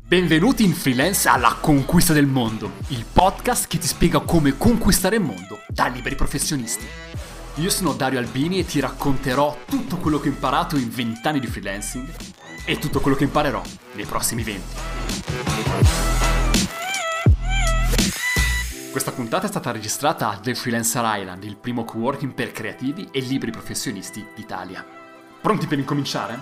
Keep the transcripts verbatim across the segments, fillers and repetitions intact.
Benvenuti in Freelance alla conquista del mondo, il podcast che ti spiega come conquistare il mondo da liberi professionisti. Io sono Dario Albini e ti racconterò tutto quello che ho imparato in venti anni di freelancing e tutto quello che imparerò nei prossimi venti. Questa puntata è stata registrata a The Freelancer Island, il primo coworking per creativi e liberi professionisti d'Italia. Pronti per incominciare?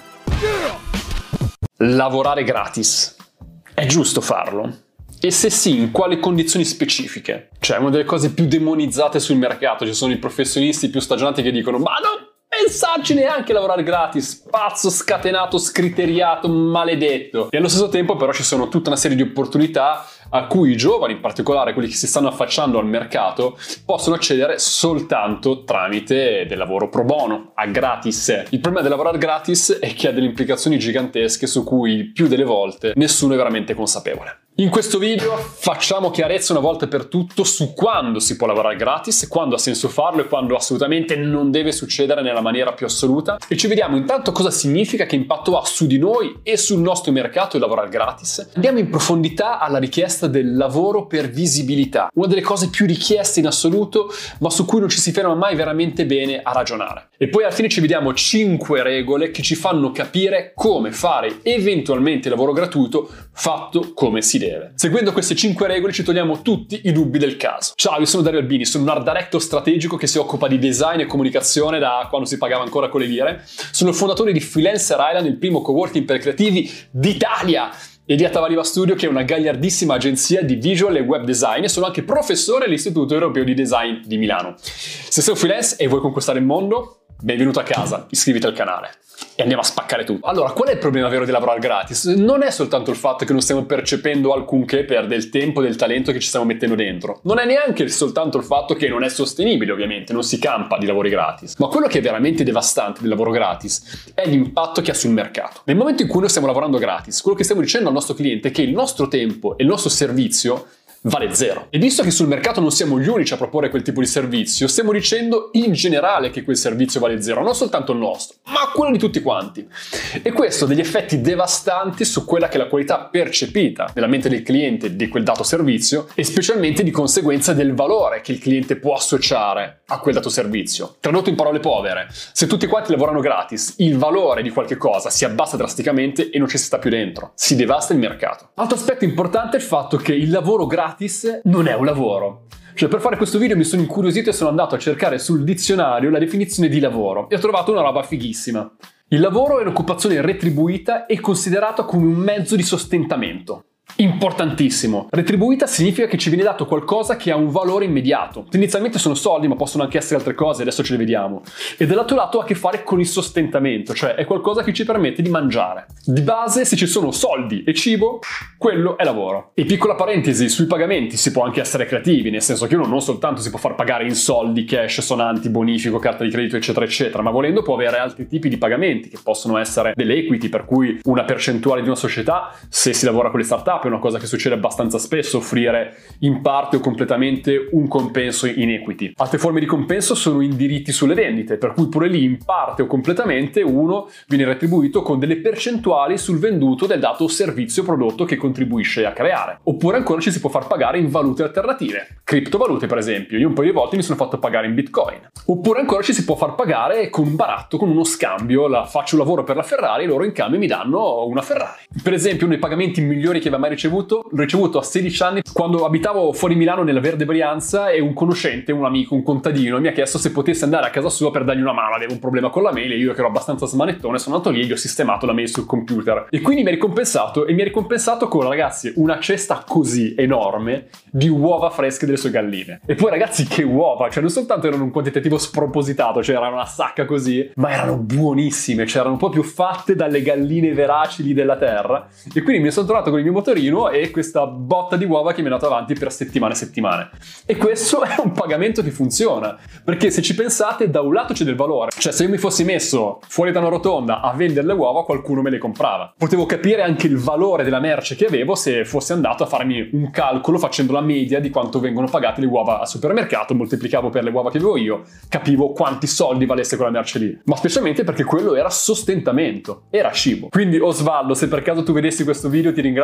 Lavorare gratis. È giusto farlo? E se sì, in quali condizioni specifiche? Cioè, una delle cose più demonizzate sul mercato, ci sono i professionisti più stagionati che dicono ma non pensarci neanche a lavorare gratis, pazzo, scatenato, scriteriato, maledetto. E allo stesso tempo però ci sono tutta una serie di opportunità a cui i giovani, in particolare quelli che si stanno affacciando al mercato, possono accedere soltanto tramite del lavoro pro bono, a gratis. Il problema del lavorare gratis è che ha delle implicazioni gigantesche su cui più delle volte nessuno è veramente consapevole. In questo video facciamo chiarezza una volta per tutto su quando si può lavorare gratis, quando ha senso farlo e quando assolutamente non deve succedere nella maniera più assoluta, e ci vediamo intanto cosa significa, che impatto ha su di noi e sul nostro mercato il lavorare gratis. Andiamo in profondità alla richiesta del lavoro per visibilità, una delle cose più richieste in assoluto ma su cui non ci si ferma mai veramente bene a ragionare. E poi alla fine ci vediamo cinque regole che ci fanno capire come fare eventualmente lavoro gratuito fatto come si deve. Seguendo queste cinque regole ci togliamo tutti i dubbi del caso. Ciao, io sono Dario Albini, sono un art director strategico che si occupa di design e comunicazione da quando si pagava ancora con le lire. Sono il fondatore di Freelancer Island, il primo coworking per creativi d'Italia, e di Atavaliva Studio, che è una gagliardissima agenzia di visual e web design, e sono anche professore all'Istituto Europeo di Design di Milano. Se sei un freelance e vuoi conquistare il mondo, benvenuto a casa, iscriviti al canale e andiamo a spaccare tutto. Allora, qual è il problema vero di lavorare gratis? Non è soltanto il fatto che non stiamo percependo alcunché per del tempo e del talento che ci stiamo mettendo dentro. Non è neanche soltanto il fatto che non è sostenibile, ovviamente, non si campa di lavori gratis. Ma quello che è veramente devastante del lavoro gratis è l'impatto che ha sul mercato. Nel momento in cui noi stiamo lavorando gratis, quello che stiamo dicendo al nostro cliente è che il nostro tempo e il nostro servizio vale zero. E visto che sul mercato non siamo gli unici a proporre quel tipo di servizio, stiamo dicendo in generale che quel servizio vale zero, non soltanto il nostro, ma quello di tutti quanti. E questo ha degli effetti devastanti su quella che è la qualità percepita nella mente del cliente di quel dato servizio, e specialmente di conseguenza del valore che il cliente può associare a quel dato servizio. Tradotto in parole povere, se tutti quanti lavorano gratis, il valore di qualche cosa si abbassa drasticamente e non ci si sta più dentro. Si devasta il mercato. Altro aspetto importante è il fatto che il lavoro gratis non è un lavoro. Cioè, per fare questo video mi sono incuriosito e sono andato a cercare sul dizionario la definizione di lavoro e ho trovato una roba fighissima. Il lavoro è un'occupazione retribuita e considerata come un mezzo di sostentamento. Importantissimo. Retribuita significa che ci viene dato qualcosa che ha un valore immediato. Tendenzialmente sono soldi, ma possono anche essere altre cose, adesso ce le vediamo. E dall'altro lato ha a che fare con il sostentamento, cioè è qualcosa che ci permette di mangiare. Di base, se ci sono soldi e cibo, quello è lavoro. E piccola parentesi, sui pagamenti si può anche essere creativi, nel senso che uno non soltanto si può far pagare in soldi, cash, sonanti, bonifico, carta di credito, eccetera, eccetera, ma volendo può avere altri tipi di pagamenti, che possono essere delle equity, per cui una percentuale di una società, se si lavora con le startup, è una cosa che succede abbastanza spesso, offrire in parte o completamente un compenso in equity. Altre forme di compenso sono in diritti sulle vendite, per cui pure lì in parte o completamente uno viene retribuito con delle percentuali sul venduto del dato servizio o prodotto che contribuisce a creare. Oppure ancora ci si può far pagare in valute alternative, criptovalute per esempio. Io un paio di volte mi sono fatto pagare in bitcoin. Oppure ancora ci si può far pagare con un baratto, con uno scambio. La, faccio un lavoro per la Ferrari e loro in cambio mi danno una Ferrari. Per esempio, uno dei pagamenti migliori che abbia mai ricevuto l'ho ricevuto a sedici anni, quando abitavo fuori Milano nella Verde Brianza, e un conoscente, un amico, un contadino mi ha chiesto se potesse andare a casa sua per dargli una mano. Avevo un problema con la mail e io, che ero abbastanza smanettone, sono andato lì e gli ho sistemato la mail sul computer, e quindi mi ha ricompensato e mi ha ricompensato con, ragazzi, una cesta così enorme di uova fresche delle sue galline. E poi, ragazzi, che uova, cioè non soltanto erano un quantitativo spropositato, cioè era una sacca così, ma erano buonissime, cioè erano proprio fatte dalle galline veracili della terra. E quindi mi sono trovato con il mio motorino e questa botta di uova che mi è andata avanti per settimane e settimane. E questo è un pagamento che funziona, perché se ci pensate, da un lato c'è del valore, cioè se io mi fossi messo fuori da una rotonda a vendere le uova, qualcuno me le comprava. Potevo capire anche il valore della merce che avevo se fossi andato a farmi un calcolo facendo la media di quanto vengono pagate le uova al supermercato, moltiplicavo per le uova che avevo io, capivo quanti soldi valesse quella merce lì. Ma specialmente perché quello era sostentamento, era cibo. Quindi Osvaldo, se per caso tu vedessi questo video, ti ringrazio ancora per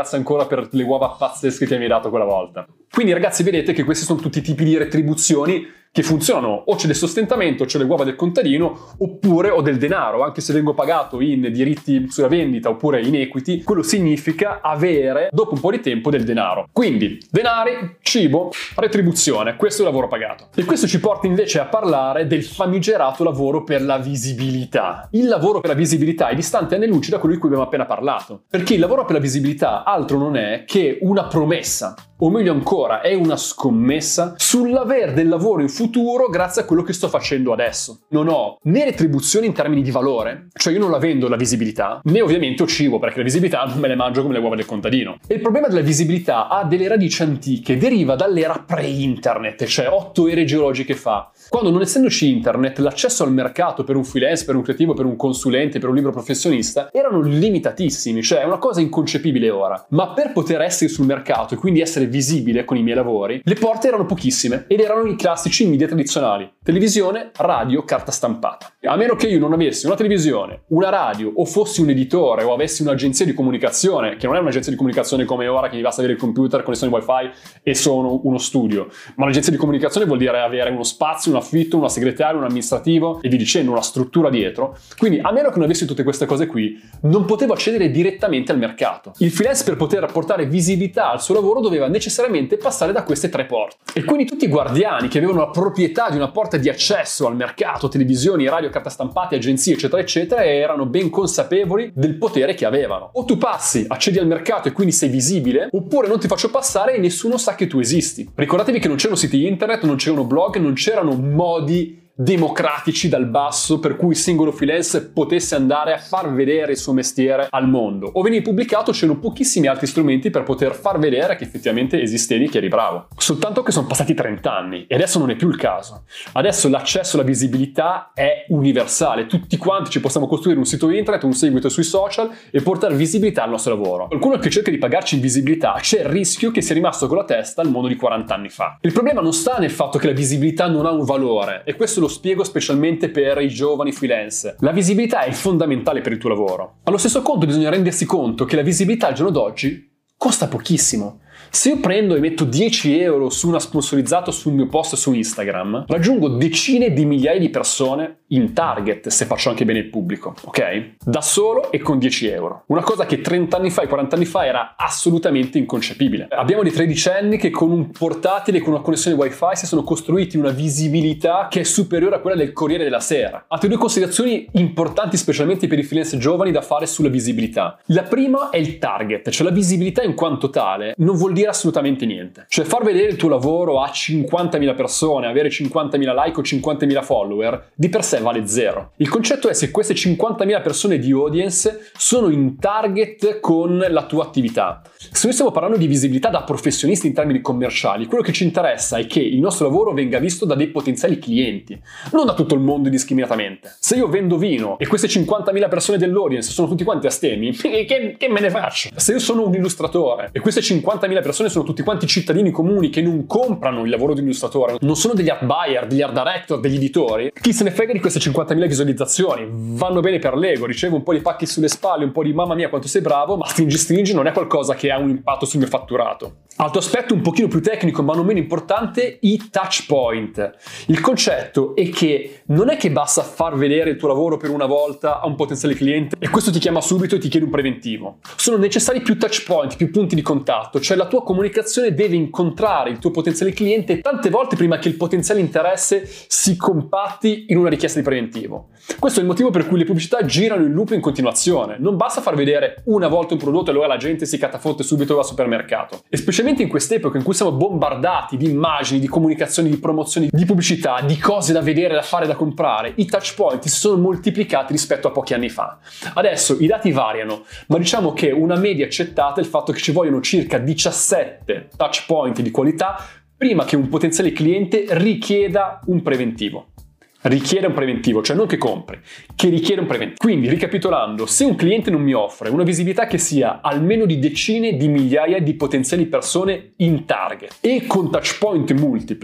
per le uova pazzesche che mi hai dato quella volta. Quindi ragazzi, vedete che questi sono tutti i tipi di retribuzioni che funzionano. O c'è del sostentamento, c'è le uova del contadino, oppure ho del denaro. Anche se vengo pagato in diritti sulla vendita oppure in equity, quello significa avere dopo un po' di tempo del denaro. Quindi denari, cibo, retribuzione, questo è il lavoro pagato. E questo ci porta invece a parlare del famigerato lavoro per la visibilità. Il lavoro per la visibilità è distante anni luce da quello di cui abbiamo appena parlato, perché il lavoro per la visibilità altro non è che una promessa, o meglio ancora è una scommessa sull'aver del lavoro in futuro grazie a quello che sto facendo adesso. Non ho né retribuzioni in termini di valore, cioè io non la vendo la visibilità, né ovviamente ho cibo, perché la visibilità non me le mangio come le uova del contadino. E il problema della visibilità ha delle radici antiche, deriva dall'era pre-internet, cioè otto ere geologiche fa, quando non essendoci internet l'accesso al mercato per un freelance, per un creativo, per un consulente, per un libero professionista erano limitatissimi, cioè è una cosa inconcepibile ora. Ma per poter essere sul mercato e quindi essere visibile con i miei lavori, le porte erano pochissime ed erano i classici media tradizionali: televisione, radio, carta stampata. A meno che io non avessi una televisione, una radio o fossi un editore o avessi un'agenzia di comunicazione, che non è un'agenzia di comunicazione come ora che mi basta avere il computer, connessione wifi e sono uno studio, ma l'agenzia di comunicazione vuol dire avere uno spazio, un affitto, una segretaria, un amministrativo e vi dicendo una struttura dietro. Quindi a meno che non avessi tutte queste cose qui non potevo accedere direttamente al mercato. Il freelance, per poter portare visibilità al suo lavoro, doveva necessariamente passare da queste tre porte. E quindi tutti i guardiani che avevano la proprietà di una porta di accesso al mercato, televisioni, radio, carta stampate, agenzie eccetera eccetera, erano ben consapevoli del potere che avevano. O tu passi, accedi al mercato e quindi sei visibile, oppure non ti faccio passare e nessuno sa che tu esisti. Ricordatevi che non c'erano siti internet, non c'erano blog, non c'erano modi democratici dal basso per cui il singolo freelance potesse andare a far vedere il suo mestiere al mondo. O veniva pubblicato, c'erano pochissimi altri strumenti per poter far vedere che effettivamente esistevi e che eri bravo. Soltanto che sono passati trenta anni e adesso non è più il caso. Adesso l'accesso alla visibilità è universale, tutti quanti ci possiamo costruire un sito internet, un seguito sui social e portare visibilità al nostro lavoro. Qualcuno che cerca di pagarci in visibilità, c'è il rischio che sia rimasto con la testa al mondo di quaranta anni fa. Il problema non sta nel fatto che la visibilità non ha un valore, e questo lo spiego specialmente per i giovani freelance. La visibilità è fondamentale per il tuo lavoro. Allo stesso conto bisogna rendersi conto che la visibilità al giorno d'oggi costa pochissimo. Se io prendo e metto dieci euro su una sponsorizzata sul mio post su Instagram, raggiungo decine di migliaia di persone in target, se faccio anche bene il pubblico, ok? Da solo e con dieci euro. Una cosa che trenta anni fa e quaranta anni fa era assolutamente inconcepibile. Abbiamo dei tredicenni che con un portatile e con una connessione wifi si sono costruiti una visibilità che è superiore a quella del Corriere della Sera. Altre due considerazioni importanti, specialmente per i freelance giovani, da fare sulla visibilità. La prima è il target, cioè la visibilità in quanto tale non vuol dire assolutamente niente. Cioè far vedere il tuo lavoro a cinquantamila persone, avere cinquantamila like o cinquantamila follower, di per sé vale zero. Il concetto è se queste cinquantamila persone di audience sono in target con la tua attività. Se noi stiamo parlando di visibilità da professionisti in termini commerciali, quello che ci interessa è che il nostro lavoro venga visto da dei potenziali clienti, non da tutto il mondo indiscriminatamente. Se io vendo vino e queste cinquantamila persone dell'audience sono tutti quanti astemi, che, che me ne faccio? Se io sono un illustratore e queste cinquantamila persone sono tutti quanti cittadini comuni che non comprano il lavoro di un illustratore, non sono degli art buyer, degli art director, degli editori, chi se ne frega di queste cinquantamila visualizzazioni? Vanno bene per l'ego, ricevo un po' di pacchi sulle spalle, un po' di mamma mia quanto sei bravo, ma stringi stringi non è qualcosa che ha un impatto sul mio fatturato. Altro aspetto un pochino più tecnico ma non meno importante, i touch point. Il concetto è che non è che basta far vedere il tuo lavoro per una volta a un potenziale cliente e questo ti chiama subito e ti chiede un preventivo. Sono necessari più touch point, più punti di contatto, cioè la tua comunicazione deve incontrare il tuo potenziale cliente tante volte prima che il potenziale interesse si compatti in una richiesta di preventivo. Questo è il motivo per cui le pubblicità girano in loop in continuazione. Non basta far vedere una volta un prodotto e allora la gente si catafotte subito al supermercato. E specialmente in quest'epoca in cui siamo bombardati di immagini, di comunicazioni, di promozioni, di pubblicità, di cose da vedere, da fare, da comprare, i touch point si sono moltiplicati rispetto a pochi anni fa. Adesso i dati variano, ma diciamo che una media accettata è il fatto che ci vogliono circa diciassette touch point di qualità prima che un potenziale cliente richieda un preventivo. Richiede un preventivo, cioè non che compri, che richiede un preventivo. Quindi, ricapitolando, se un cliente non mi offre una visibilità che sia almeno di decine di migliaia di potenziali persone in target e con touch point multipli,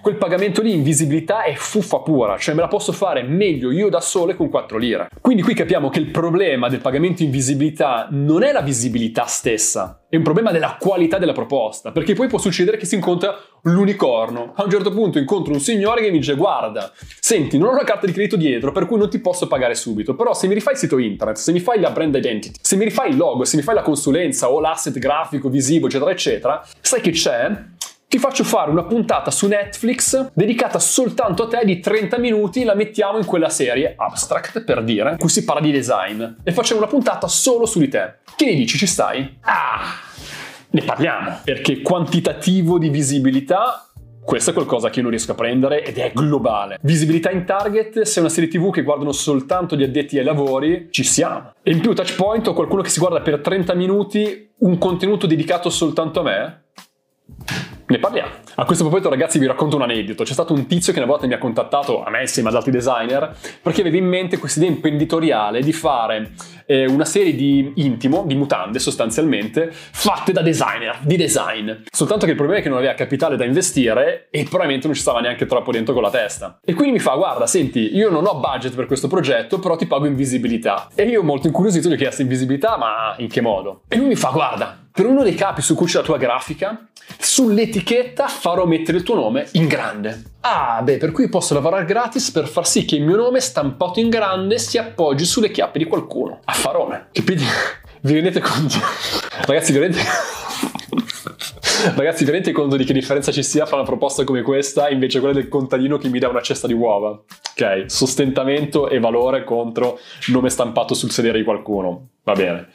quel pagamento lì in visibilità è fuffa pura, cioè me la posso fare meglio io da solo con quattro lire. Quindi qui capiamo che il problema del pagamento in visibilità non è la visibilità stessa, è un problema della qualità della proposta, perché poi può succedere che si incontra l'unicorno. A un certo punto incontro un signore che mi dice: guarda, senti, non ho una carta di credito dietro, per cui non ti posso pagare subito, però se mi rifai il sito internet, se mi fai la brand identity, se mi rifai il logo, se mi fai la consulenza o l'asset grafico, visivo, eccetera eccetera, sai che c'è? Ti faccio fare una puntata su Netflix dedicata soltanto a te di trenta minuti, la mettiamo in quella serie Abstract, per dire, in cui si parla di design, e facciamo una puntata solo su di te. Che ne dici, ci stai? Ah, ne parliamo, perché quantitativo di visibilità, questo è qualcosa che io non riesco a prendere ed è globale. Visibilità in target, se è una serie tv che guardano soltanto gli addetti ai lavori, ci siamo. E in più Touchpoint o qualcuno che si guarda per trenta minuti un contenuto dedicato soltanto a me? Ne parliamo. A questo proposito, ragazzi, vi racconto un aneddoto. C'è stato un tizio che una volta mi ha contattato, a me insieme ad altri designer, perché aveva in mente questa idea imprenditoriale di fare eh, una serie di intimo, di mutande sostanzialmente, fatte da designer, di design. Soltanto che il problema è che non aveva capitale da investire e probabilmente non ci stava neanche troppo dentro con la testa. E quindi mi fa: guarda, senti, io non ho budget per questo progetto, però ti pago in visibilità. E io, molto incuriosito, gli ho chiesto: in visibilità, ma in che modo? E lui mi fa: guarda, per uno dei capi su cui c'è la tua grafica, sull'etichetta farò mettere il tuo nome in grande. Ah, beh, per cui posso lavorare gratis per far sì che il mio nome stampato in grande si appoggi sulle chiappe di qualcuno. Affarone. Capite? Vi rendete conto? Ragazzi, vi rendete... Ragazzi, vi rendete conto di che differenza ci sia fra una proposta come questa e invece quella del contadino che mi dà una cesta di uova? Ok, sostentamento e valore contro nome stampato sul sedere di qualcuno. Va bene.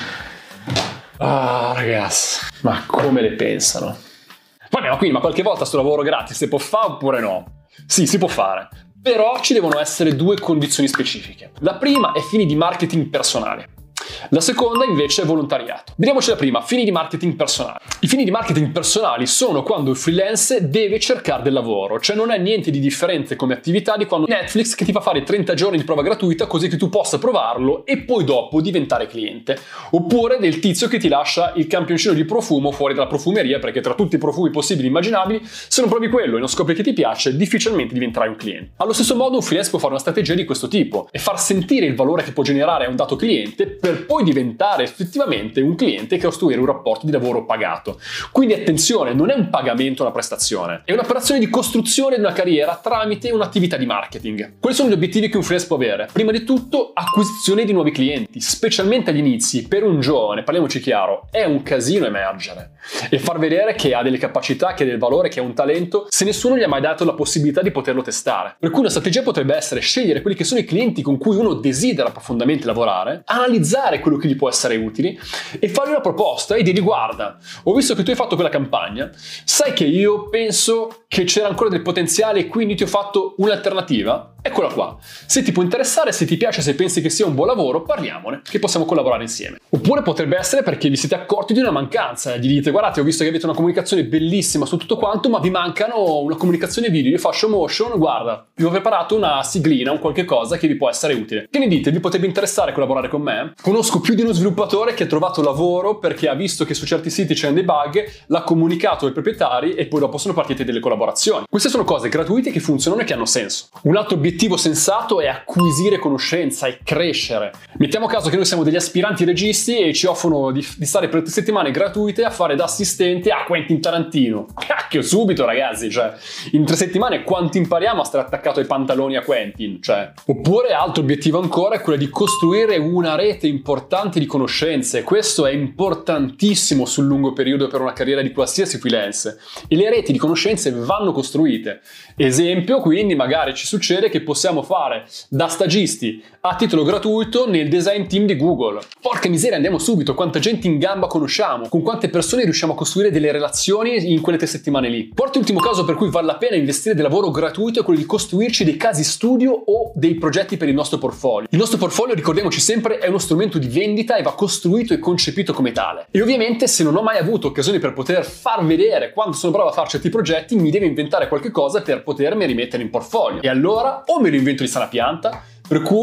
Ah, ragazzi, ma come le pensano? Vabbè, ma quindi, ma qualche volta sto lavoro gratis si può fare oppure no? Sì, si può fare, però ci devono essere due condizioni specifiche. La prima è fini di marketing personale. La seconda invece è volontariato. Vediamoci la prima, fini di marketing personali. I fini di marketing personali sono quando il freelance deve cercare del lavoro, cioè non è niente di differente come attività di quando Netflix che ti fa fare trenta giorni di prova gratuita così che tu possa provarlo e poi dopo diventare cliente. Oppure del tizio che ti lascia il campioncino di profumo fuori dalla profumeria perché tra tutti i profumi possibili e immaginabili, se non provi quello e non scopri che ti piace, difficilmente diventerai un cliente. Allo stesso modo un freelance può fare una strategia di questo tipo e far sentire il valore che può generare a un dato cliente per poi diventare effettivamente un cliente e costruire un rapporto di lavoro pagato. Quindi attenzione, non è un pagamento una prestazione, è un'operazione di costruzione di una carriera tramite un'attività di marketing. Quali sono gli obiettivi che un freelance può avere? Prima di tutto acquisizione di nuovi clienti, specialmente agli inizi. Per un giovane, parliamoci chiaro, è un casino emergere e far vedere che ha delle capacità, che ha del valore, che ha un talento, se nessuno gli ha mai dato la possibilità di poterlo testare. Per cui una strategia potrebbe essere scegliere quelli che sono i clienti con cui uno desidera profondamente lavorare, analizzare quello che gli può essere utili e fargli una proposta e dirgli: guarda, ho visto che tu hai fatto quella campagna, sai che io penso che c'era ancora del potenziale e quindi ti ho fatto un'alternativa? Eccola qua. Se ti può interessare, se ti piace, se pensi che sia un buon lavoro, parliamone, che possiamo collaborare insieme. Oppure potrebbe essere perché vi siete accorti di una mancanza, gli dite: guardate, ho visto che avete una comunicazione bellissima su tutto quanto, ma vi mancano una comunicazione video, io faccio motion, guarda, vi ho preparato una siglina, un qualche cosa che vi può essere utile. Che ne dite? Vi potrebbe interessare collaborare con me? Conosco più di uno sviluppatore che ha trovato lavoro perché ha visto che su certi siti c'erano dei bug, l'ha comunicato ai proprietari e poi dopo sono partite delle collaborazioni. Queste sono cose gratuite che funzionano e che hanno senso. Un altro obiettivo sensato è acquisire conoscenza e crescere. Mettiamo caso che noi siamo degli aspiranti registi e ci offrono di, di stare per tre settimane gratuite a fare da assistente a Quentin Tarantino. Cacchio, subito ragazzi, cioè in tre settimane quanto impariamo a stare attaccato ai pantaloni a Quentin, cioè. Oppure altro obiettivo ancora è quello di costruire una rete importante di conoscenze. Questo è importantissimo sul lungo periodo per una carriera di qualsiasi freelance e le reti di conoscenze vanno costruite. Esempio, quindi magari ci succede che possiamo fare da stagisti a titolo gratuito nel design team di Google. Porca miseria, andiamo subito, quanta gente in gamba conosciamo, con quante persone riusciamo a costruire delle relazioni in quelle tre settimane lì. Quarto e ultimo caso per cui vale la pena investire del lavoro gratuito è quello di costruirci dei casi studio o dei progetti per il nostro portfolio. Il nostro portfolio, ricordiamoci sempre, è uno strumento di vendita e va costruito e concepito come tale. E ovviamente se non ho mai avuto occasioni per poter far vedere quanto sono bravo a fare certi progetti, mi devo inventare qualche cosa per potermi rimettere in portfolio. E allora o me lo invento di sana pianta, per cui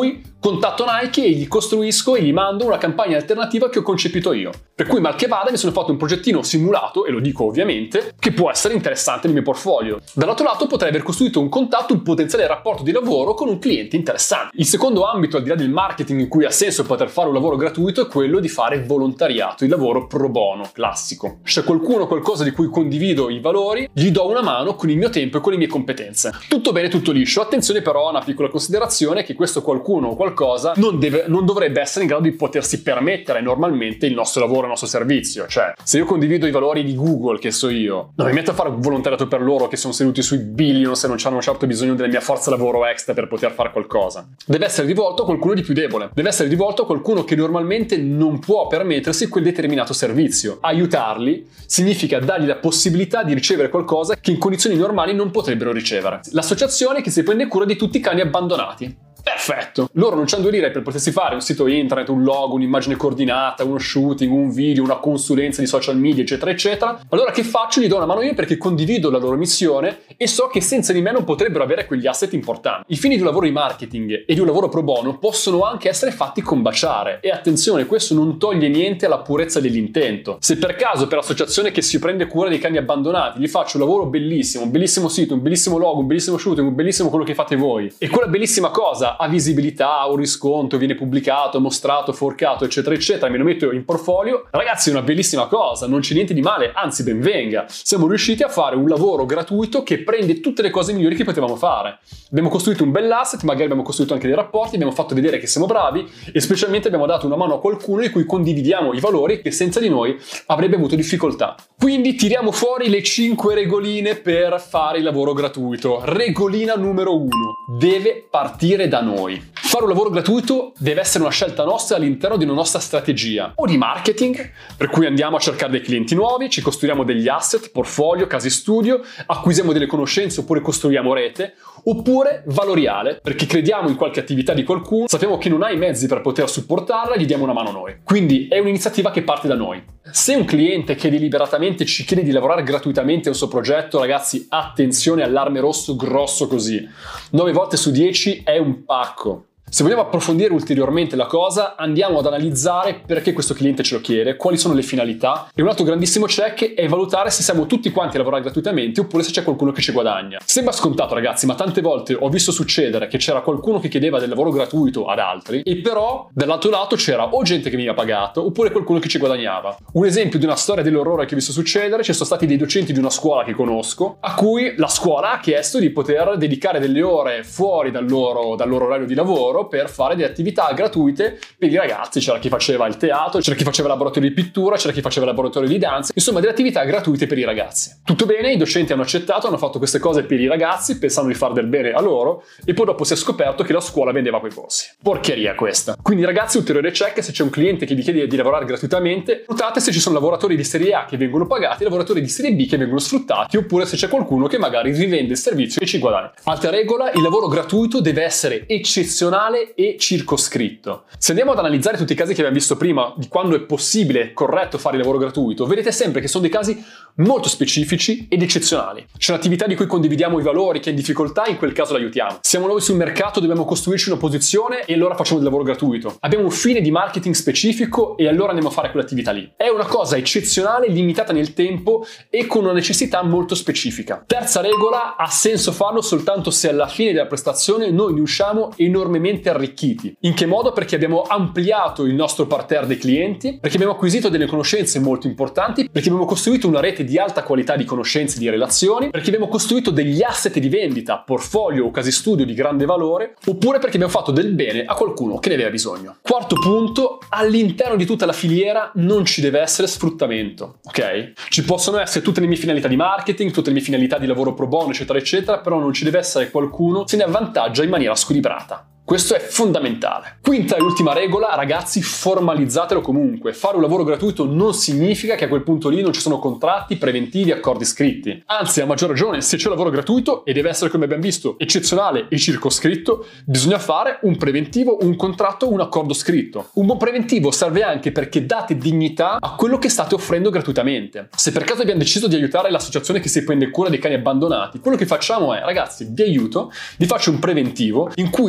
contatto Nike e gli costruisco e gli mando una campagna alternativa che ho concepito io. Per cui mal che vada mi sono fatto un progettino simulato, e lo dico ovviamente, che può essere interessante nel mio portfolio. Dall'altro lato potrei aver costruito un contatto, un potenziale rapporto di lavoro con un cliente interessante. Il secondo ambito, al di là del marketing, in cui ha senso poter fare un lavoro gratuito, è quello di fare volontariato, il lavoro pro bono, classico. C'è qualcuno, qualcosa di cui condivido i valori, gli do una mano con il mio tempo e con le mie competenze. Tutto bene, tutto liscio. Attenzione però a una piccola considerazione, che questo qualcuno o qualcosa non, deve, non dovrebbe essere in grado di potersi permettere normalmente il nostro lavoro, il nostro servizio. Cioè, se io condivido i valori di Google, che so io, non mi metto a fare volontariato per loro che sono seduti sui billions e non hanno certo bisogno della mia forza lavoro extra per poter fare qualcosa. Deve essere rivolto a qualcuno di più debole. Deve essere rivolto a qualcuno che normalmente non può permettersi quel determinato servizio. Aiutarli significa dargli la possibilità di ricevere qualcosa che in condizioni normali non potrebbero ricevere. L'associazione che si prende cura di tutti i cani abbandonati. Perfetto! Loro non c'hanno due lire per potersi fare un sito internet, un logo, un'immagine coordinata, uno shooting, un video, una consulenza di social media, eccetera, eccetera. Allora che faccio? Gli do una mano io perché condivido la loro missione e so che senza di me non potrebbero avere quegli asset importanti. I fini di un lavoro di marketing e di un lavoro pro bono possono anche essere fatti combaciare. E attenzione, questo non toglie niente alla purezza dell'intento. Se per caso per l'associazione che si prende cura dei cani abbandonati gli faccio un lavoro bellissimo, un bellissimo sito, un bellissimo logo, un bellissimo shooting, un bellissimo quello che fate voi, e quella bellissima cosa ha visibilità, ha un riscontro, viene pubblicato, mostrato, forcato, eccetera, eccetera, me lo metto in portfolio, ragazzi, è una bellissima cosa, non c'è niente di male, anzi ben venga. Siamo riusciti a fare un lavoro gratuito che prende tutte le cose migliori che potevamo fare. Abbiamo costruito un bell'asset, magari abbiamo costruito anche dei rapporti, abbiamo fatto vedere che siamo bravi e specialmente abbiamo dato una mano a qualcuno di cui condividiamo i valori che senza di noi avrebbe avuto difficoltà. Quindi tiriamo fuori le cinque regoline per fare il lavoro gratuito. Regolina numero uno: deve partire da noi. Fare un lavoro gratuito deve essere una scelta nostra all'interno di una nostra strategia o di marketing, per cui andiamo a cercare dei clienti nuovi, ci costruiamo degli asset, portfolio, casi studio, acquisiamo delle conoscenze oppure costruiamo rete, oppure valoriale, perché crediamo in qualche attività di qualcuno, sappiamo che non ha i mezzi per poter supportarla, gli diamo una mano noi. Quindi è un'iniziativa che parte da noi. Se un cliente che deliberatamente ci chiede di lavorare gratuitamente a un suo progetto, ragazzi, attenzione, allarme rosso grosso così. nove volte su dieci è un pacco. Se vogliamo approfondire ulteriormente la cosa, andiamo ad analizzare perché questo cliente ce lo chiede, quali sono le finalità, e un altro grandissimo check è valutare se siamo tutti quanti a lavorare gratuitamente oppure se c'è qualcuno che ci guadagna. Sembra scontato, ragazzi, ma tante volte ho visto succedere che c'era qualcuno che chiedeva del lavoro gratuito ad altri e però dall'altro lato c'era o gente che veniva pagato oppure qualcuno che ci guadagnava. Un esempio di una storia dell'orrore che ho visto succedere: ci sono stati dei docenti di una scuola che conosco a cui la scuola ha chiesto di poter dedicare delle ore fuori dal loro, dal loro orario di lavoro per fare delle attività gratuite per i ragazzi. C'era chi faceva il teatro, c'era chi faceva laboratorio di pittura, c'era chi faceva laboratorio di danza, insomma delle attività gratuite per i ragazzi. Tutto bene, i docenti hanno accettato, hanno fatto queste cose per i ragazzi pensando di far del bene a loro e poi dopo si è scoperto che la scuola vendeva quei corsi. Porcheria questa. Quindi ragazzi, ulteriore check: se c'è un cliente che vi chiede di lavorare gratuitamente, notate se ci sono lavoratori di serie A che vengono pagati, lavoratori di serie B che vengono sfruttati, oppure se c'è qualcuno che magari rivende il servizio e ci guadagna. Altra regola: il lavoro gratuito deve essere eccezionale e circoscritto. Se andiamo ad analizzare tutti i casi che abbiamo visto prima di quando è possibile e corretto fare il lavoro gratuito, vedete sempre che sono dei casi molto specifici ed eccezionali. C'è un'attività di cui condividiamo i valori, che è in difficoltà, in quel caso l'aiutiamo. Siamo nuovi sul mercato, dobbiamo costruirci una posizione e allora facciamo del lavoro gratuito. Abbiamo un fine di marketing specifico e allora andiamo a fare quell'attività lì. È una cosa eccezionale, limitata nel tempo e con una necessità molto specifica. Terza regola: ha senso farlo soltanto se alla fine della prestazione noi ne usciamo enormemente arricchiti. In che modo? Perché abbiamo ampliato il nostro parterre dei clienti, perché abbiamo acquisito delle conoscenze molto importanti, perché abbiamo costruito una rete di alta qualità di conoscenze e di relazioni, perché abbiamo costruito degli asset di vendita, portfolio o casi studio di grande valore, oppure perché abbiamo fatto del bene a qualcuno che ne aveva bisogno. Quarto punto: all'interno di tutta la filiera non ci deve essere sfruttamento, ok? Ci possono essere tutte le mie finalità di marketing, tutte le mie finalità di lavoro pro bono, eccetera, eccetera, però non ci deve essere qualcuno che se ne avvantaggia in maniera squilibrata. Questo è fondamentale. Quinta e ultima regola, ragazzi, formalizzatelo comunque. Fare un lavoro gratuito non significa che a quel punto lì non ci sono contratti, preventivi, accordi scritti. Anzi, a maggior ragione, se c'è lavoro gratuito e deve essere, come abbiamo visto, eccezionale e circoscritto, bisogna fare un preventivo, un contratto, un accordo scritto. Un buon preventivo serve anche perché date dignità a quello che state offrendo gratuitamente. Se per caso abbiamo deciso di aiutare l'associazione che si prende cura dei cani abbandonati, quello che facciamo è: ragazzi, vi aiuto, vi faccio un preventivo in cui vi dettaglio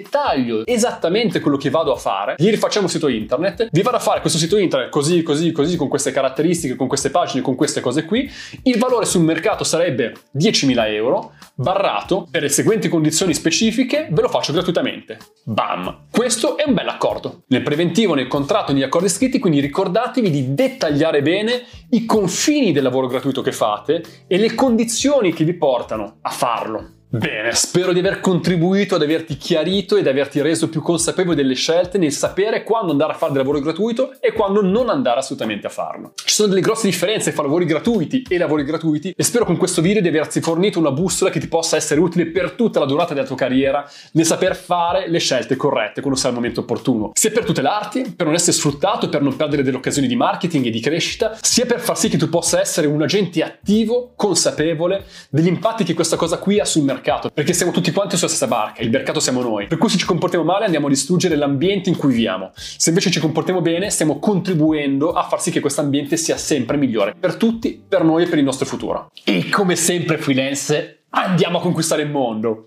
dettaglio esattamente quello che vado a fare, gli rifacciamo un sito internet, vi vado a fare questo sito internet così, così, così, con queste caratteristiche, con queste pagine, con queste cose qui, il valore sul mercato sarebbe diecimila euro, barrato, per le seguenti condizioni specifiche, ve lo faccio gratuitamente. Bam! Questo è un bel accordo. Nel preventivo, nel contratto, negli accordi scritti, quindi ricordatevi di dettagliare bene i confini del lavoro gratuito che fate e le condizioni che vi portano a farlo. Bene, spero di aver contribuito ad averti chiarito ed averti reso più consapevole delle scelte nel sapere quando andare a fare del lavoro gratuito e quando non andare assolutamente a farlo. Ci sono delle grosse differenze fra lavori gratuiti e lavori gratuiti e spero con questo video di averti fornito una bussola che ti possa essere utile per tutta la durata della tua carriera nel saper fare le scelte corrette quando sarà il momento opportuno, sia per tutelarti, per non essere sfruttato, per non perdere delle occasioni di marketing e di crescita, sia per far sì che tu possa essere un agente attivo, consapevole degli impatti che questa cosa qui ha sul mercato. Perché siamo tutti quanti sulla stessa barca, il mercato siamo noi. Per cui se ci comportiamo male andiamo a distruggere l'ambiente in cui viviamo. Se invece ci comportiamo bene stiamo contribuendo a far sì che questo ambiente sia sempre migliore per tutti, per noi e per il nostro futuro. E come sempre freelance, andiamo a conquistare il mondo.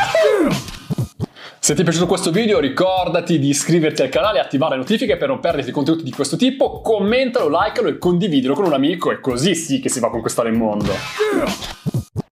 Se ti è piaciuto questo video ricordati di iscriverti al canale e attivare le notifiche per non perderti contenuti di questo tipo, commentalo, likealo e condividilo con un amico e così sì che si va a conquistare il mondo.